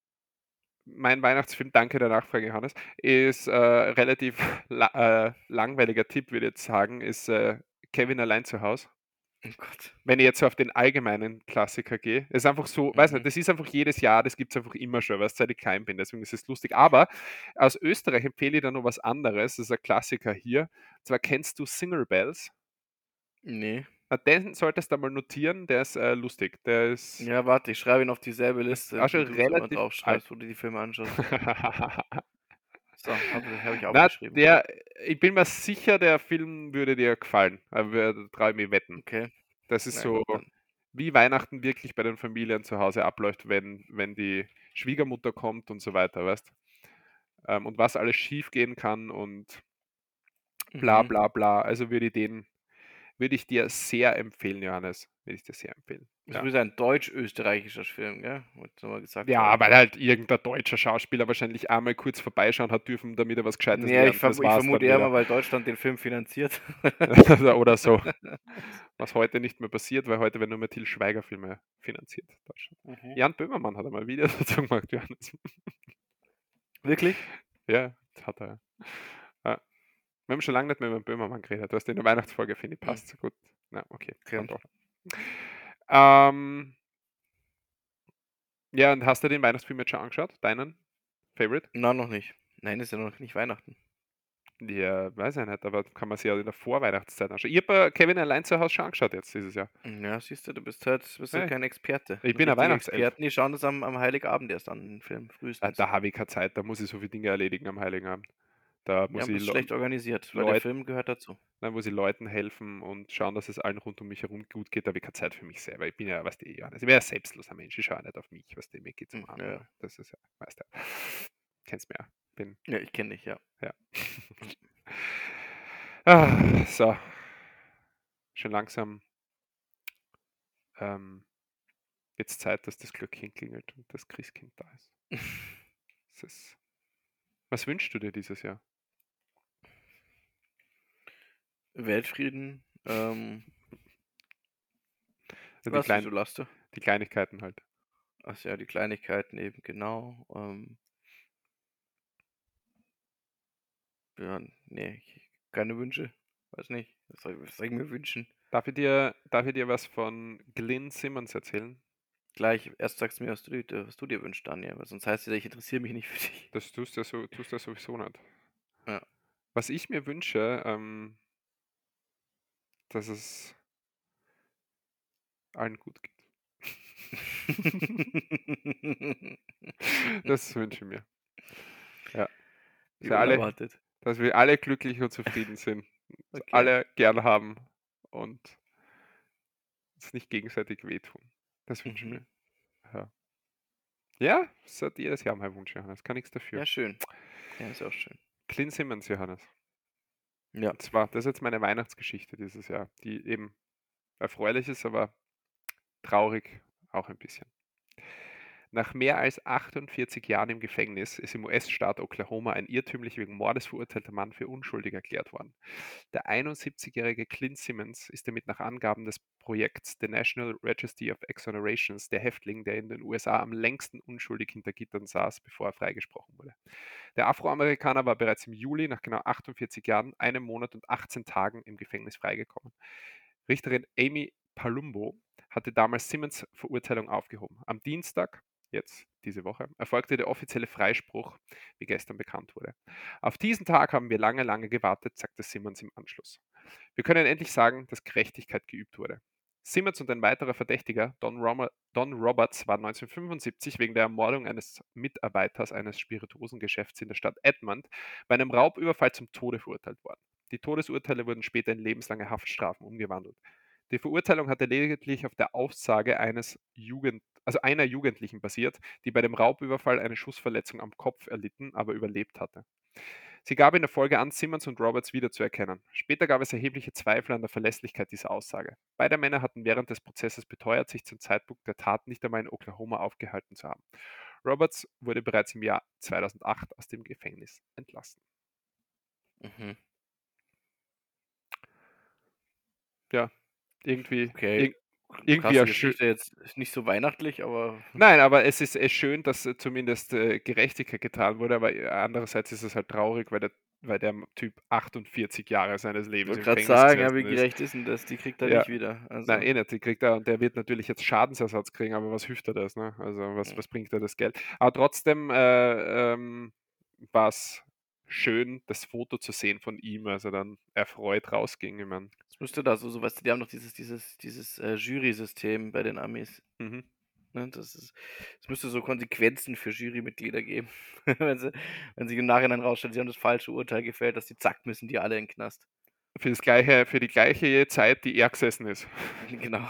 Mein Weihnachtsfilm, danke der Nachfrage, Johannes, ist äh, relativ la äh, langweiliger Tipp, würde ich jetzt sagen, ist äh, Kevin allein zu Hause. Oh Gott. Wenn ich jetzt so auf den allgemeinen Klassiker gehe, ist einfach so, weiß nicht, Mhm. das ist einfach jedes Jahr, das gibt es einfach immer schon, weil seit ich klein bin, deswegen ist es lustig. Aber aus Österreich empfehle ich da noch was anderes, das ist ein Klassiker hier. Und zwar kennst du Single Bells? Nee. Na, den solltest du mal notieren, der ist äh, lustig. Der ist Ja, warte, ich schreibe ihn auf dieselbe Liste, auch wie schon du es immer relativ alt. draufschreibst, wo du die Filme anschaust. So, habe hab ich Na, aufgeschrieben. der, ich bin mir sicher, der Film würde dir gefallen. Aber da traue ich mich wetten. Okay. Das ist Na so, gut, dann. wie Weihnachten wirklich bei den Familien zu Hause abläuft, wenn, wenn die Schwiegermutter kommt und so weiter, weißt? Ähm, und was alles schief gehen kann und bla Mhm. bla bla. Also würde ich den, würde ich dir sehr empfehlen, Johannes. Würde ich dir sehr empfehlen. Das Ja. ist ein deutsch-österreichischer Film, gell? Wollte nur mal gesagt Ja, haben. weil halt irgendein deutscher Schauspieler wahrscheinlich einmal kurz vorbeischauen hat dürfen, damit er was Gescheites Nee, ich, lernt. verm Das ich war's vermute dann eher wieder. mal, weil Deutschland den Film finanziert. Oder so. Was heute nicht mehr passiert, weil heute werden nur mehr Til Schweiger-Filme finanziert in Deutschland. Mhm. Jan Böhmermann hat einmal ein Video dazu gemacht, Johannes. Wirklich? Ja, das hat er. Ja. Wir haben schon lange nicht mehr über den Böhmermann geredet. Du hast in der Weihnachtsfolge, finde ich, passt so gut. Na, okay, Okay. dann doch. Ähm, ja, und hast du den Weihnachtsfilm jetzt schon angeschaut? Deinen Favorite? Na, noch nicht. Nein, ist ja noch nicht Weihnachten. Ja, weiß ich nicht, aber kann man sich ja in der Vorweihnachtszeit anschauen. Ich habe Kevin allein zu Hause schon angeschaut jetzt dieses Jahr. Ja, siehst du, du bist halt, bist halt Hey, kein Experte. ich bin ein Richtige Weihnachtself. Experten, die schauen das am, am Heiligabend erst an, den Film, Da, frühestens. da habe ich keine Zeit, da muss ich so viele Dinge erledigen am Heiligen Abend. Da Ja, muss aber ich ist Leu- schlecht organisiert, weil der Leut- Film gehört dazu. Dann muss ich Leuten helfen und schauen, dass es allen rund um mich herum gut geht. Da habe ich keine Zeit für mich selber. Ich bin ja, weißt du, eh, Johannes, ich bin ja ein selbstloser Mensch. Ich schaue nicht auf mich, weißt du, mir geht es um Hm, andere. ja. Das ist ja, weißt du, kennst mich ja. Bin, Ja, ich kenne dich, ja. ja. Ah, so. Schon langsam ähm, wird es Zeit, dass das Glöckchen klingelt und das Christkind da ist. Das ist. Was wünschst du dir dieses Jahr? Weltfrieden, ähm, Die, was, klein, wieso lachst du? die Kleinigkeiten halt. Ach ja, die Kleinigkeiten eben, genau. Ähm, ja, nee, ich, keine Wünsche. Weiß nicht. Was soll, was soll ich mir wünschen? Darf ich dir, darf ich dir was von Glyn Simmons erzählen? Gleich, erst sagst du mir, was du, dir- was du dir wünschst, Daniel, weil sonst heißt es ja, ich interessiere mich nicht für dich. Das tust du, so, tust du sowieso nicht. Ja. Was ich mir wünsche, ähm, dass es allen gut geht. Das wünsche ich mir. Ja. Wie Dass, alle, unerwartet. dass wir alle glücklich und zufrieden sind. Dass Okay. alle gern haben und es nicht gegenseitig wehtun. Das wünsche ich Mhm. mir. Ja. Ja, das hat jedes Jahr mein Wunsch, Johannes. Kann nichts dafür. Ja, schön. Ja, ist auch schön. Glyn Simmons, Johannes. Ja. Und zwar, das ist jetzt meine Weihnachtsgeschichte dieses Jahr, die eben erfreulich ist, aber traurig auch ein bisschen. Nach mehr als achtundvierzig Jahren im Gefängnis ist im U S-Staat Oklahoma ein irrtümlich wegen Mordes verurteilter Mann für unschuldig erklärt worden. Der einundsiebzigjährige Clint Simmons ist damit nach Angaben des Projekts The National Registry of Exonerations der Häftling, der in den U S A am längsten unschuldig hinter Gittern saß, bevor er freigesprochen wurde. Der Afroamerikaner war bereits im Juli nach genau achtundvierzig Jahren, einem Monat und achtzehn Tagen im Gefängnis freigekommen. Richterin Amy Palumbo hatte damals Simmons' Verurteilung aufgehoben. Am Dienstag, jetzt diese Woche, erfolgte der offizielle Freispruch, wie gestern bekannt wurde. Auf diesen Tag haben wir lange, lange gewartet, sagte Simmons im Anschluss. Wir können endlich sagen, dass Gerechtigkeit geübt wurde. Simmons und ein weiterer Verdächtiger, Don, Rom Don Roberts, war neunzehnhundertfünfundsiebzig wegen der Ermordung eines Mitarbeiters eines Spirituosengeschäfts in der Stadt Edmond bei einem Raubüberfall zum Tode verurteilt worden. Die Todesurteile wurden später in lebenslange Haftstrafen umgewandelt. Die Verurteilung hatte lediglich auf der Aussage eines Jugend, also einer Jugendlichen basiert, die bei dem Raubüberfall eine Schussverletzung am Kopf erlitten, aber überlebt hatte. Sie gab in der Folge an, Simmons und Roberts wiederzuerkennen. Später gab es erhebliche Zweifel an der Verlässlichkeit dieser Aussage. Beide Männer hatten während des Prozesses beteuert, sich zum Zeitpunkt der Tat nicht einmal in Oklahoma aufgehalten zu haben. Roberts wurde bereits im Jahr zweitausendacht aus dem Gefängnis entlassen. Mhm. Ja, irgendwie, Okay. ir irgendwie Krasse ja schön. Geschichte, jetzt nicht so weihnachtlich, aber Nein, aber es ist, es schön, dass äh, zumindest äh, Gerechtigkeit getan wurde, aber äh, andererseits ist es halt traurig, weil der, weil der Typ achtundvierzig Jahre seines ich Lebens wollte im gerade Gefängnis sagen, ja, wie gesessen ist. gerecht ist denn das? Die kriegt er Ja, nicht wieder. nein, Also, eh nicht. Die kriegt er, und der wird natürlich jetzt Schadensersatz kriegen, aber was hilft er das? Ne? Also was, was bringt er das Geld? Aber trotzdem äh, ähm, war es schön, das Foto zu sehen von ihm, als er dann erfreut rausging. Ich mein, das müsste da so, so weißt du, die haben doch dieses, dieses, dieses äh, Jury-System bei den Amis. mhm. Ne? Das ist, es müsste so Konsequenzen für Jurymitglieder geben. wenn, sie, wenn sich im Nachhinein rausstellt, sie haben das falsche Urteil gefällt, dass die zack, müssen die alle in den Knast. Für, das gleiche, für die gleiche Zeit, die er gesessen ist. Genau.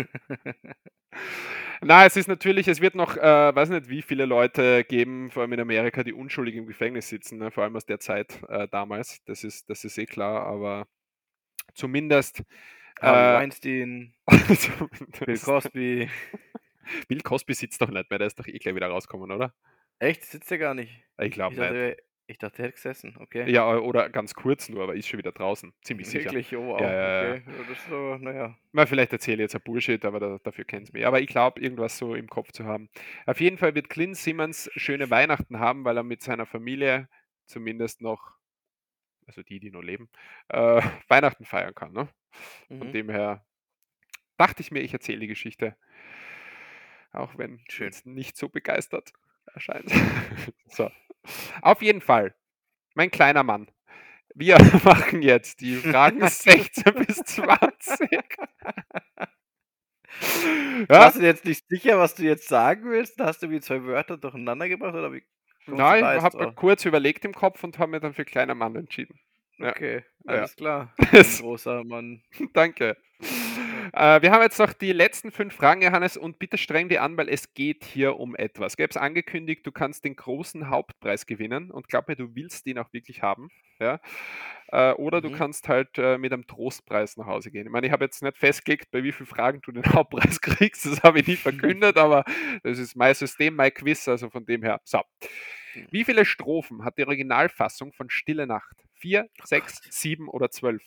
Na, es ist natürlich, es wird noch, äh, weiß nicht, wie viele Leute geben, vor allem in Amerika, die unschuldig im Gefängnis sitzen, ne? Vor allem aus der Zeit äh, damals. Das ist, das ist eh klar, aber zumindest. Harvey Äh, Weinstein, Bill zumindest. Cosby. Bill Cosby sitzt doch nicht mehr, der ist doch eh gleich wieder rausgekommen, oder? Echt? Sitzt der gar nicht? Ich glaube Ich dachte, nicht. er- ich dachte, er hätte gesessen. Okay. Ja, oder ganz kurz nur, aber ist schon wieder draußen. Ziemlich sicher. Wirklich? Oh, Ja, wow. ja, ja. Okay. Ja, das ist so, naja. Mal vielleicht erzähle ich jetzt ein Bullshit, aber da, dafür kennt es mich. Aber ich glaube, irgendwas so im Kopf zu haben. Auf jeden Fall wird Clint Simmons schöne Weihnachten haben, weil er mit seiner Familie zumindest noch, also die, die noch leben, äh, Weihnachten feiern kann. Ne? Von Mhm. dem her dachte ich mir, ich erzähle die Geschichte, auch wenn Schön. es nicht so begeistert erscheint. So. Auf jeden Fall, mein kleiner Mann. Wir machen jetzt die Fragen sechzehn bis zwanzig. Ja? Warst du dir jetzt nicht sicher, was du jetzt sagen willst? Hast du wie zwei Wörter durcheinander gebracht oder wie kommst Nein, du da ich jetzt habe mir drauf? kurz überlegt im Kopf und habe mir dann für kleiner Mann entschieden. Ja, Okay, ja. alles klar. Mein Es- großer Mann. Danke. Äh, wir haben jetzt noch die letzten fünf Fragen, Johannes, und bitte streng die an, weil es geht hier um etwas. Ich habe es angekündigt, du kannst den großen Hauptpreis gewinnen und glaub mir, du willst den auch wirklich haben. Ja? Äh, oder du Mhm. kannst halt äh, mit einem Trostpreis nach Hause gehen. Ich meine, ich habe jetzt nicht festgelegt, bei wie vielen Fragen du den Hauptpreis kriegst, das habe ich nie verkündet, aber das ist mein System, mein Quiz, also von dem her. So. Wie viele Strophen hat die Originalfassung von Stille Nacht? Vier, sechs, Gott. sieben oder zwölf?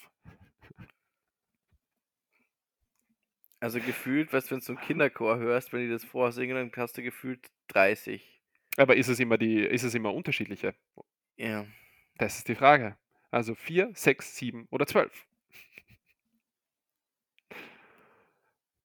Also gefühlt, weißt du, wenn du so einen Kinderchor hörst, wenn die das vorsingen, dann hast du gefühlt dreißig. Aber ist es immer die, ist es immer unterschiedliche? Ja. Das ist die Frage. Also vier, sechs, sieben oder zwölf.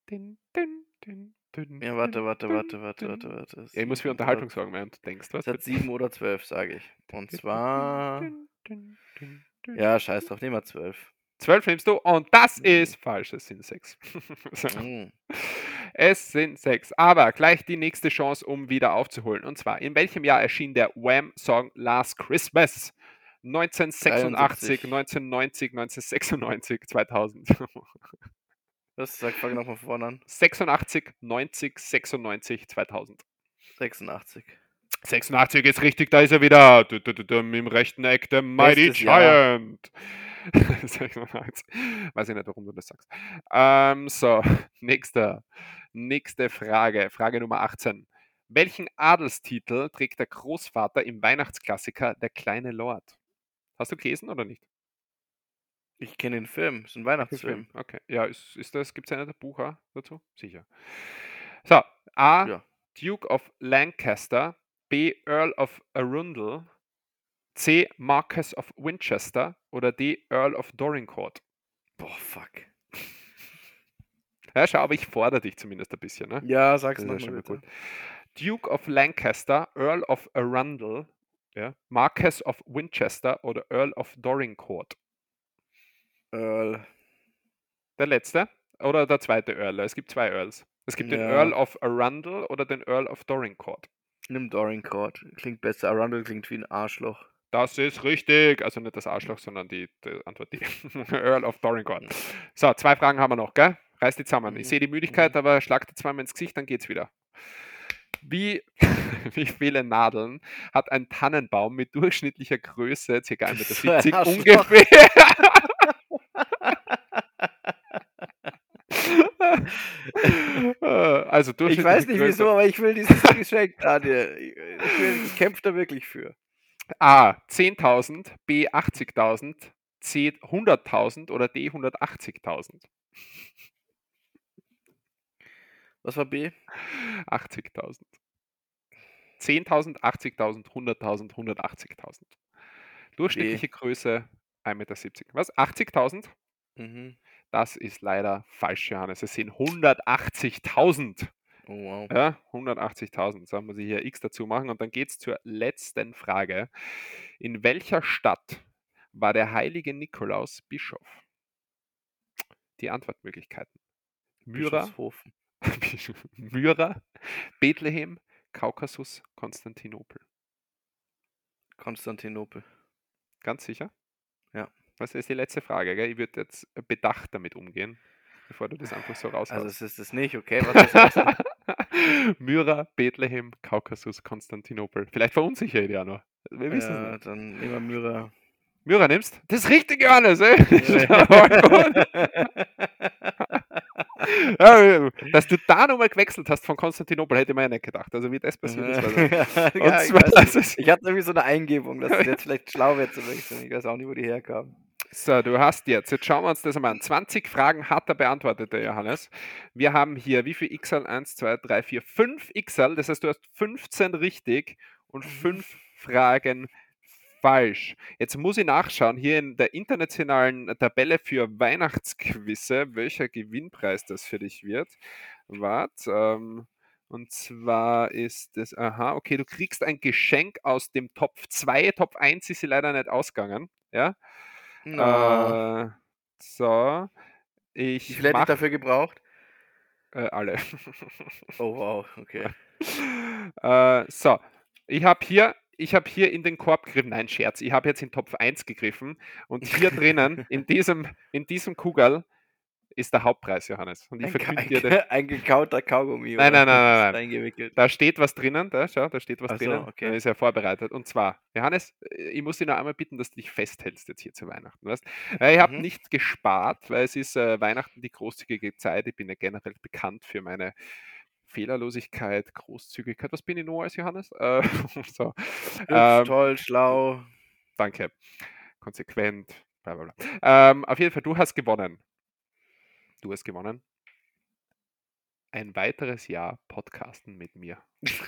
Din, din, din, din, Ja, warte, din, warte, din, warte, warte, din. warte, warte. Ja, ich muss für Sieben Unterhaltung oder- sorgen, während du denkst. Was? Es hat sieben oder zwölf, sage ich. Und zwar. Din, din, din, din. Ja, scheiß drauf, nehmen wir zwölf. Zwölf nimmst du und das Mhm. ist falsch. Es sind sechs. So. Mhm. Es sind sechs. Aber gleich die nächste Chance, um wieder aufzuholen. Und zwar, in welchem Jahr erschien der Wham-Song Last Christmas? neunzehnhundertsechsundachtzig, dreiundsiebzig. neunzehnhundertneunzig, neunzehnhundertsechsundneunzig, zweitausend. Was? Sag, fang nochmal vorne an. sechsundachtzig, neunzig, sechsundneunzig, zweitausend. sechsundachtzig. sechsundachtzig ist richtig, da ist er wieder. Du, du, du, du, Im rechten Eck, der Mighty Bestes Jahr. Giant. sechsundachtzig. Weiß ich nicht, warum du das sagst. Ähm, so, nächste, nächste Frage. Frage Nummer achtzehn. Welchen Adelstitel trägt der Großvater im Weihnachtsklassiker Der kleine Lord? Hast du gelesen oder nicht? Ich kenne den Film. Es ist ein Okay, Weihnachtsfilm. Okay. Ja, ist, ist das, gibt es eine Buch auch dazu? Sicher. So, A. Ja. Duke of Lancaster, B. Earl of Arundel, C. Marquess of Winchester oder D. Earl of Dorincourt. Boah, fuck. Ja, schau, aber ich fordere dich zumindest ein bisschen. Ne? Ja, sag's Das ist ja schon nochmal mal bitte. gut. Duke of Lancaster, Earl of Arundel, ja, Marquess of Winchester oder Earl of Dorincourt. Earl. Der letzte oder der zweite Earl? Es gibt zwei Earls. Es gibt den Ja. Earl of Arundel oder den Earl of Dorincourt. Nimm Dorincourt. Klingt besser. Arundel klingt wie ein Arschloch. Das ist richtig. Also nicht das Arschloch, sondern die, die Antwort die. Earl of Dorincourt. So, zwei Fragen haben wir noch, gell? Reiß die zusammen. Mhm. Ich sehe die Müdigkeit, Mhm. aber schlag dir zweimal ins Gesicht, dann geht's wieder. Wie, wie viele Nadeln hat ein Tannenbaum mit durchschnittlicher Größe, ca. eins Das Komma ist so siebzig ein Arschloch. ungefähr? Also Ich durchschnittliche weiß nicht Größe. wieso, aber ich will dieses Geschenk gerade. Ich, ich, will- ich kämpfe da wirklich für. A. zehntausend, B. achtzigtausend, C. hunderttausend oder D. hundertachtzigtausend. Was war B? achtzigtausend. zehntausend, achtzigtausend, hunderttausend, hundertachtzigtausend. Durchschnittliche Größe eins Komma siebzig Meter. Was? achtzigtausend? Mhm. Das ist leider falsch, Johannes. Es sind hundertachtzigtausend. Oh wow. Ja, hundertachtzigtausend. So, muss ich hier X dazu machen. Und dann geht es zur letzten Frage. In welcher Stadt war der heilige Nikolaus Bischof? Die Antwortmöglichkeiten. Myra, Bischofshofen. Myra, Bethlehem, Kaukasus, Konstantinopel. Konstantinopel. Ganz sicher? Ja. Das ist die letzte Frage, gell? Ich würde jetzt bedacht damit umgehen, bevor du das einfach so raushaust. Also es ist es nicht, okay? Was ist das erste? Myra, Bethlehem, Kaukasus, Konstantinopel. Vielleicht verunsicher ich dich auch noch. Wir wissen es Ja, nicht. dann nehmen wir Myra. Myra nimmst? Das ist richtig, Johannes, ey. Ja, dass du da nochmal gewechselt hast von Konstantinopel, hätte man ja nicht gedacht. Also wie das passiert ist, weiß ich nicht. Und Ja, ich, zwar, weiß das nicht. ist- Ich hatte irgendwie so eine Eingebung, dass es jetzt vielleicht schlau wäre zu wechseln. Ich weiß auch nicht, wo die herkam. So, du hast jetzt, jetzt schauen wir uns das mal an. zwanzig Fragen hat er beantwortet, der Johannes. Wir haben hier, wie viel Xl? eins, zwei, drei, vier, fünf Xl. Das heißt, du hast fünfzehn richtig und fünf Fragen falsch. Jetzt muss ich nachschauen, hier in der internationalen Tabelle für Weihnachtsquizze, welcher Gewinnpreis das für dich wird. Warte, ähm, und zwar ist das, aha, okay, du kriegst ein Geschenk aus dem Top zwei. Top eins ist sie leider nicht ausgegangen. Ja. No. Äh, so, Wie ich viel hätte ich mach dafür gebraucht? äh, alle. Oh wow, okay. äh, so, ich habe hier, ich habe hier in den Korb gegriffen, nein, Scherz, ich habe jetzt in Topf eins gegriffen und hier drinnen, in diesem, in diesem Kugel, ist der Hauptpreis, Johannes. Und ich Ein, verkünde ein, dir den. ein gekauter Kaugummi. Nein, oder? nein, nein, nein, Ist nein. Eingewickelt. Da steht was drinnen, da, schau, da steht was Ach so, drinnen. okay. Da ist ja vorbereitet. Und zwar, Johannes, ich muss dich noch einmal bitten, dass du dich festhältst jetzt hier zu Weihnachten. Weißt? Weil ich habe Mhm. nicht gespart, weil es ist äh, Weihnachten die großzügige Zeit. Ich bin ja generell bekannt für meine Fehlerlosigkeit, Großzügigkeit. Was bin ich noch als Johannes? Äh, so. Hübsch, ähm, toll, schlau. Danke. Konsequent. Bla, bla, bla. Ähm, auf jeden Fall, du hast gewonnen. Du hast gewonnen. Ein weiteres Jahr Podcasten mit mir.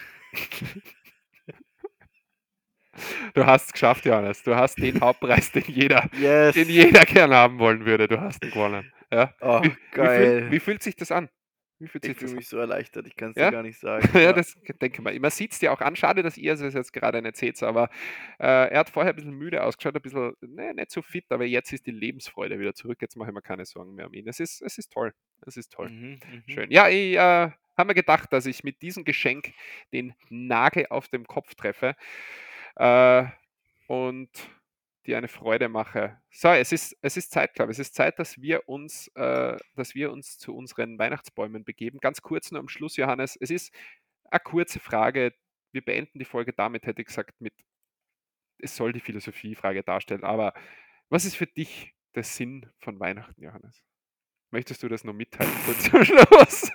Du hast es geschafft, Johannes. Du hast den Hauptpreis, den jeder, Yes. den jeder gern haben wollen würde. Du hast ihn gewonnen. Ja? Oh, Wie, wie, geil. fühlt, wie fühlt sich das an? Wie fühlt Ich sich fühle das an? mich so erleichtert, ich kann es dir Ja? gar nicht sagen. Ja, Ja. das denke mal. Man sieht es dir auch an. Schade, dass ihr es jetzt gerade nicht seht, aber äh, er hat vorher ein bisschen müde ausgeschaut, ein bisschen, ne, nicht so fit, aber jetzt ist die Lebensfreude wieder zurück. Jetzt mache ich mir keine Sorgen mehr um ihn. Es ist, es ist toll. Es ist toll. Mhm, mhm. Schön. Ja, ich äh, habe mir gedacht, dass ich mit diesem Geschenk den Nagel auf dem Kopf treffe äh, und dir eine Freude mache. So, es ist, es ist Zeit, glaube ich. Es ist Zeit, dass wir uns, äh, dass wir uns zu unseren Weihnachtsbäumen begeben. Ganz kurz nur am Schluss, Johannes. Es ist eine kurze Frage. Wir beenden die Folge damit, hätte ich gesagt, mit, es soll die Philosophiefrage darstellen. Aber was ist für dich der Sinn von Weihnachten, Johannes? Möchtest du das noch mitteilen, kurz zum Schluss?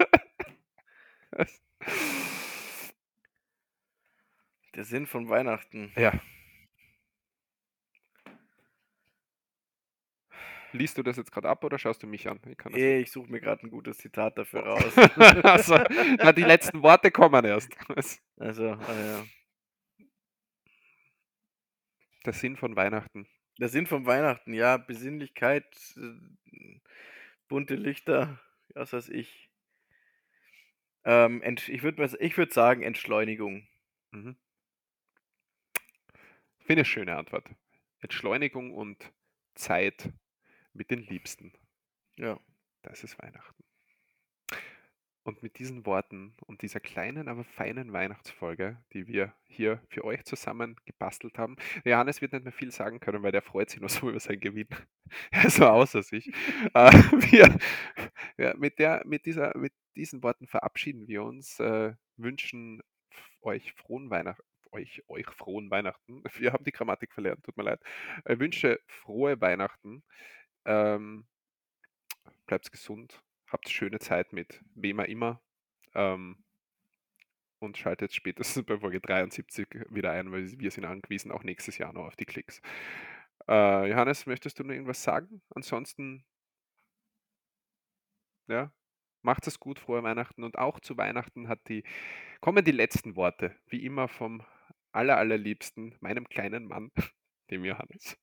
Der Sinn von Weihnachten. Ja. Liest du das jetzt gerade ab oder schaust du mich an? Ich kann das Eh, nicht. ich suche mir gerade ein gutes Zitat dafür raus. Also, na, die letzten Worte kommen erst. Also, ah, ja. Der Sinn von Weihnachten. Der Sinn von Weihnachten, ja, Besinnlichkeit, äh, bunte Lichter, was weiß ich. Ähm, ent, ich würde ich würd sagen Entschleunigung. Mhm. Ich finde eine schöne Antwort. Entschleunigung und Zeit mit den Liebsten. Ja. Das ist Weihnachten. Und mit diesen Worten und dieser kleinen, aber feinen Weihnachtsfolge, die wir hier für euch zusammen gebastelt haben. Johannes wird nicht mehr viel sagen können, weil der freut sich nur so über sein Gewinn. Er ist so außer sich. äh, wir, ja, mit, der, mit, dieser, mit diesen Worten verabschieden wir uns, äh, wünschen euch frohen Weihnachten. Euch, euch frohen Weihnachten. Wir haben die Grammatik verlernt, tut mir leid. Ich wünsche frohe Weihnachten. Ähm, bleibt gesund, habt schöne Zeit mit wem auch immer ähm, und schaltet spätestens bei Folge dreiundsiebzig wieder ein, weil wir sind angewiesen, auch nächstes Jahr noch auf die Klicks. Äh, Johannes, möchtest du noch irgendwas sagen? Ansonsten, ja, macht es gut, frohe Weihnachten und auch zu Weihnachten hat die, kommen die letzten Worte, wie immer vom aller, allerliebsten, meinem kleinen Mann, dem Johannes.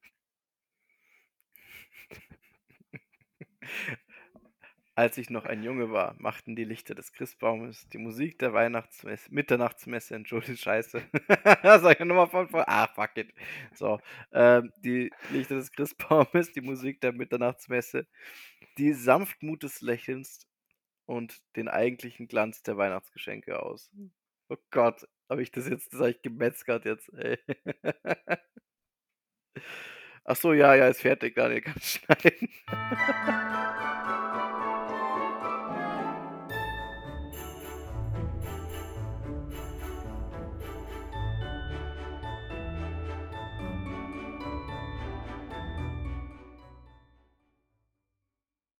Als ich noch ein Junge war, machten die Lichter des Christbaumes die Musik der Weihnachtsmesse, Mitternachtsmesse, entschuldige, scheiße. Soll ich nochmal von vor? Ah, fuck it. So, ähm, die Lichter des Christbaumes, die Musik der Mitternachtsmesse, die Sanftmut des Lächelns und den eigentlichen Glanz der Weihnachtsgeschenke aus. Oh Gott, habe ich das jetzt, das habe ich gemetzgert jetzt, ey. Ach so, ja, ja, ist fertig, Daniel, kann schneiden.